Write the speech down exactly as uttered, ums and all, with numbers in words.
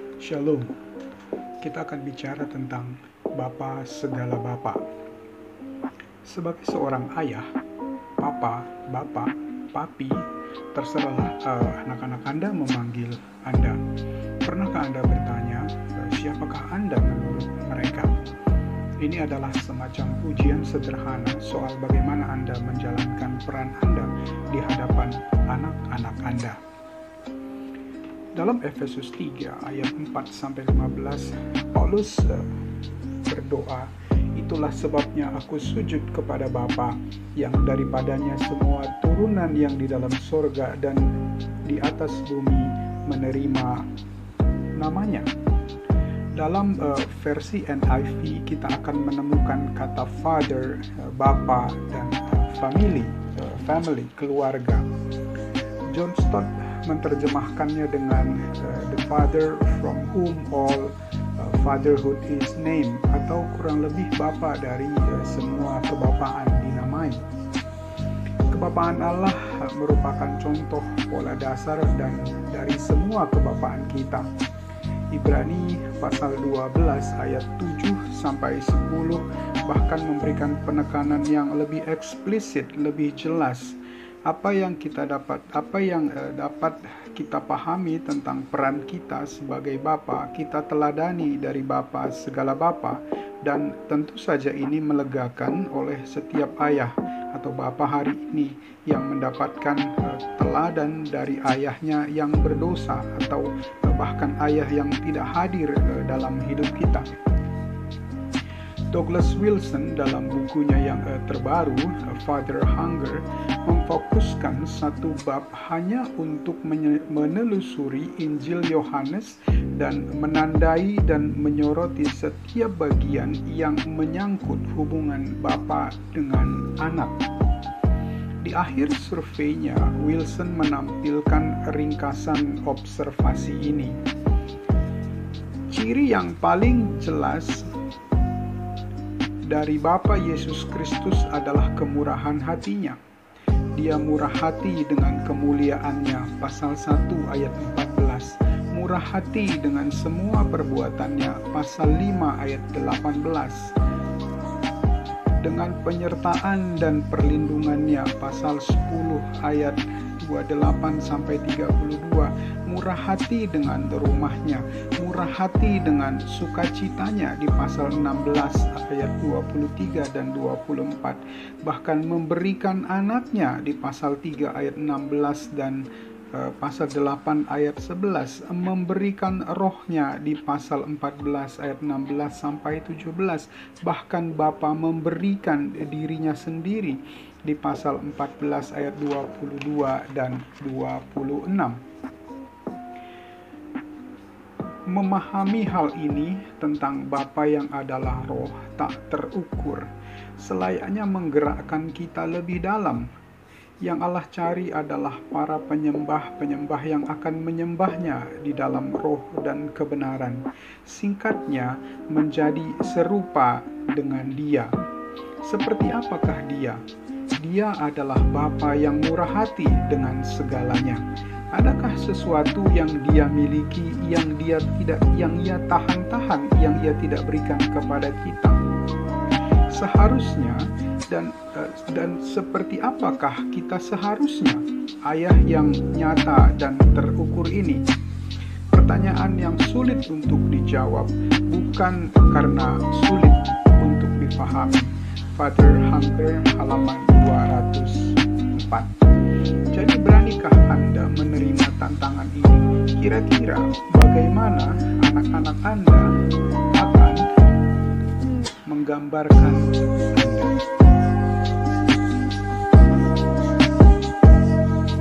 Shalom, kita akan bicara tentang Bapa segala Bapa. Sebagai seorang ayah, papa, bapak, papi, terserahlah uh, anak-anak Anda memanggil Anda. Pernahkah Anda bertanya, uh, siapakah Anda menurut mereka? Ini adalah semacam ujian sederhana soal bagaimana Anda menjalankan peran Anda di hadapan anak-anak Anda. Dalam Efesus tiga ayat empat sampai lima belas, Paulus uh, berdoa, "Itulah sebabnya aku sujud kepada Bapa, yang daripadanya semua turunan yang di dalam sorga dan di atas bumi menerima namanya." Dalam uh, versi N I V kita akan menemukan kata father, uh, bapa, dan uh, family, uh, family, keluarga. John Stott menerjemahkannya dengan uh, the father from whom all uh, fatherhood is named, atau kurang lebih bapa dari uh, semua kebapaan dinamai. Kebapaan Allah uh, merupakan contoh pola dasar dan dari semua kebapaan kita. Ibrani pasal dua belas ayat tujuh sampai sepuluh bahkan memberikan penekanan yang lebih eksplisit, lebih jelas apa yang kita dapat apa yang uh, dapat kita pahami tentang peran kita sebagai bapa. Kita teladani dari Bapa segala Bapa, dan tentu saja ini melegakan oleh setiap ayah atau bapa hari ini yang mendapatkan uh, teladan dari ayahnya yang berdosa atau uh, bahkan ayah yang tidak hadir uh, dalam hidup kita. Douglas Wilson dalam bukunya yang uh, terbaru, uh, Father Hunger, memfokuskan satu bab hanya untuk menelusuri Injil Yohanes dan menandai dan menyoroti setiap bagian yang menyangkut hubungan bapa dengan anak. Di akhir surveinya, Wilson menampilkan ringkasan observasi ini. Ciri yang paling jelas dari Bapa Yesus Kristus adalah kemurahan hatinya. Dia murah hati dengan kemuliaannya, pasal satu ayat empat belas. Murah hati dengan semua perbuatannya, pasal lima ayat delapan belas. Dengan penyertaan dan perlindungannya, pasal sepuluh ayat dua puluh delapan sampai tiga puluh dua. Murah hati dengan rumahnya, murah hati dengan sukacitanya di pasal enam belas ayat dua puluh tiga dan dua puluh empat. Bahkan memberikan anaknya di pasal tiga ayat enam belas dan uh, pasal delapan ayat sebelas. Memberikan rohnya di pasal empat belas ayat enam belas sampai tujuh belas. Bahkan Bapa memberikan dirinya sendiri di pasal empat belas ayat dua puluh dua dan dua puluh enam. Memahami hal ini tentang Bapa yang adalah roh tak terukur selayaknya menggerakkan kita lebih dalam. Yang Allah cari adalah para penyembah-penyembah yang akan menyembahnya di dalam roh dan kebenaran. Singkatnya, menjadi serupa dengan Dia. Seperti apakah Dia? Dia adalah Bapa yang murah hati dengan segalanya. Adakah sesuatu yang Dia miliki yang Dia tidak, yang Ia tahan-tahan, yang Ia tidak berikan kepada kita? Seharusnya dan dan seperti apakah kita seharusnya ayah yang nyata dan terukur ini? Pertanyaan yang sulit untuk dijawab, bukan karena sulit untuk difahami. Father Hunger halaman dua ratus empat. Jadi beranikah Anda menerima tantangan ini? Kira-kira bagaimana anak-anak Anda akan menggambarkan Anda?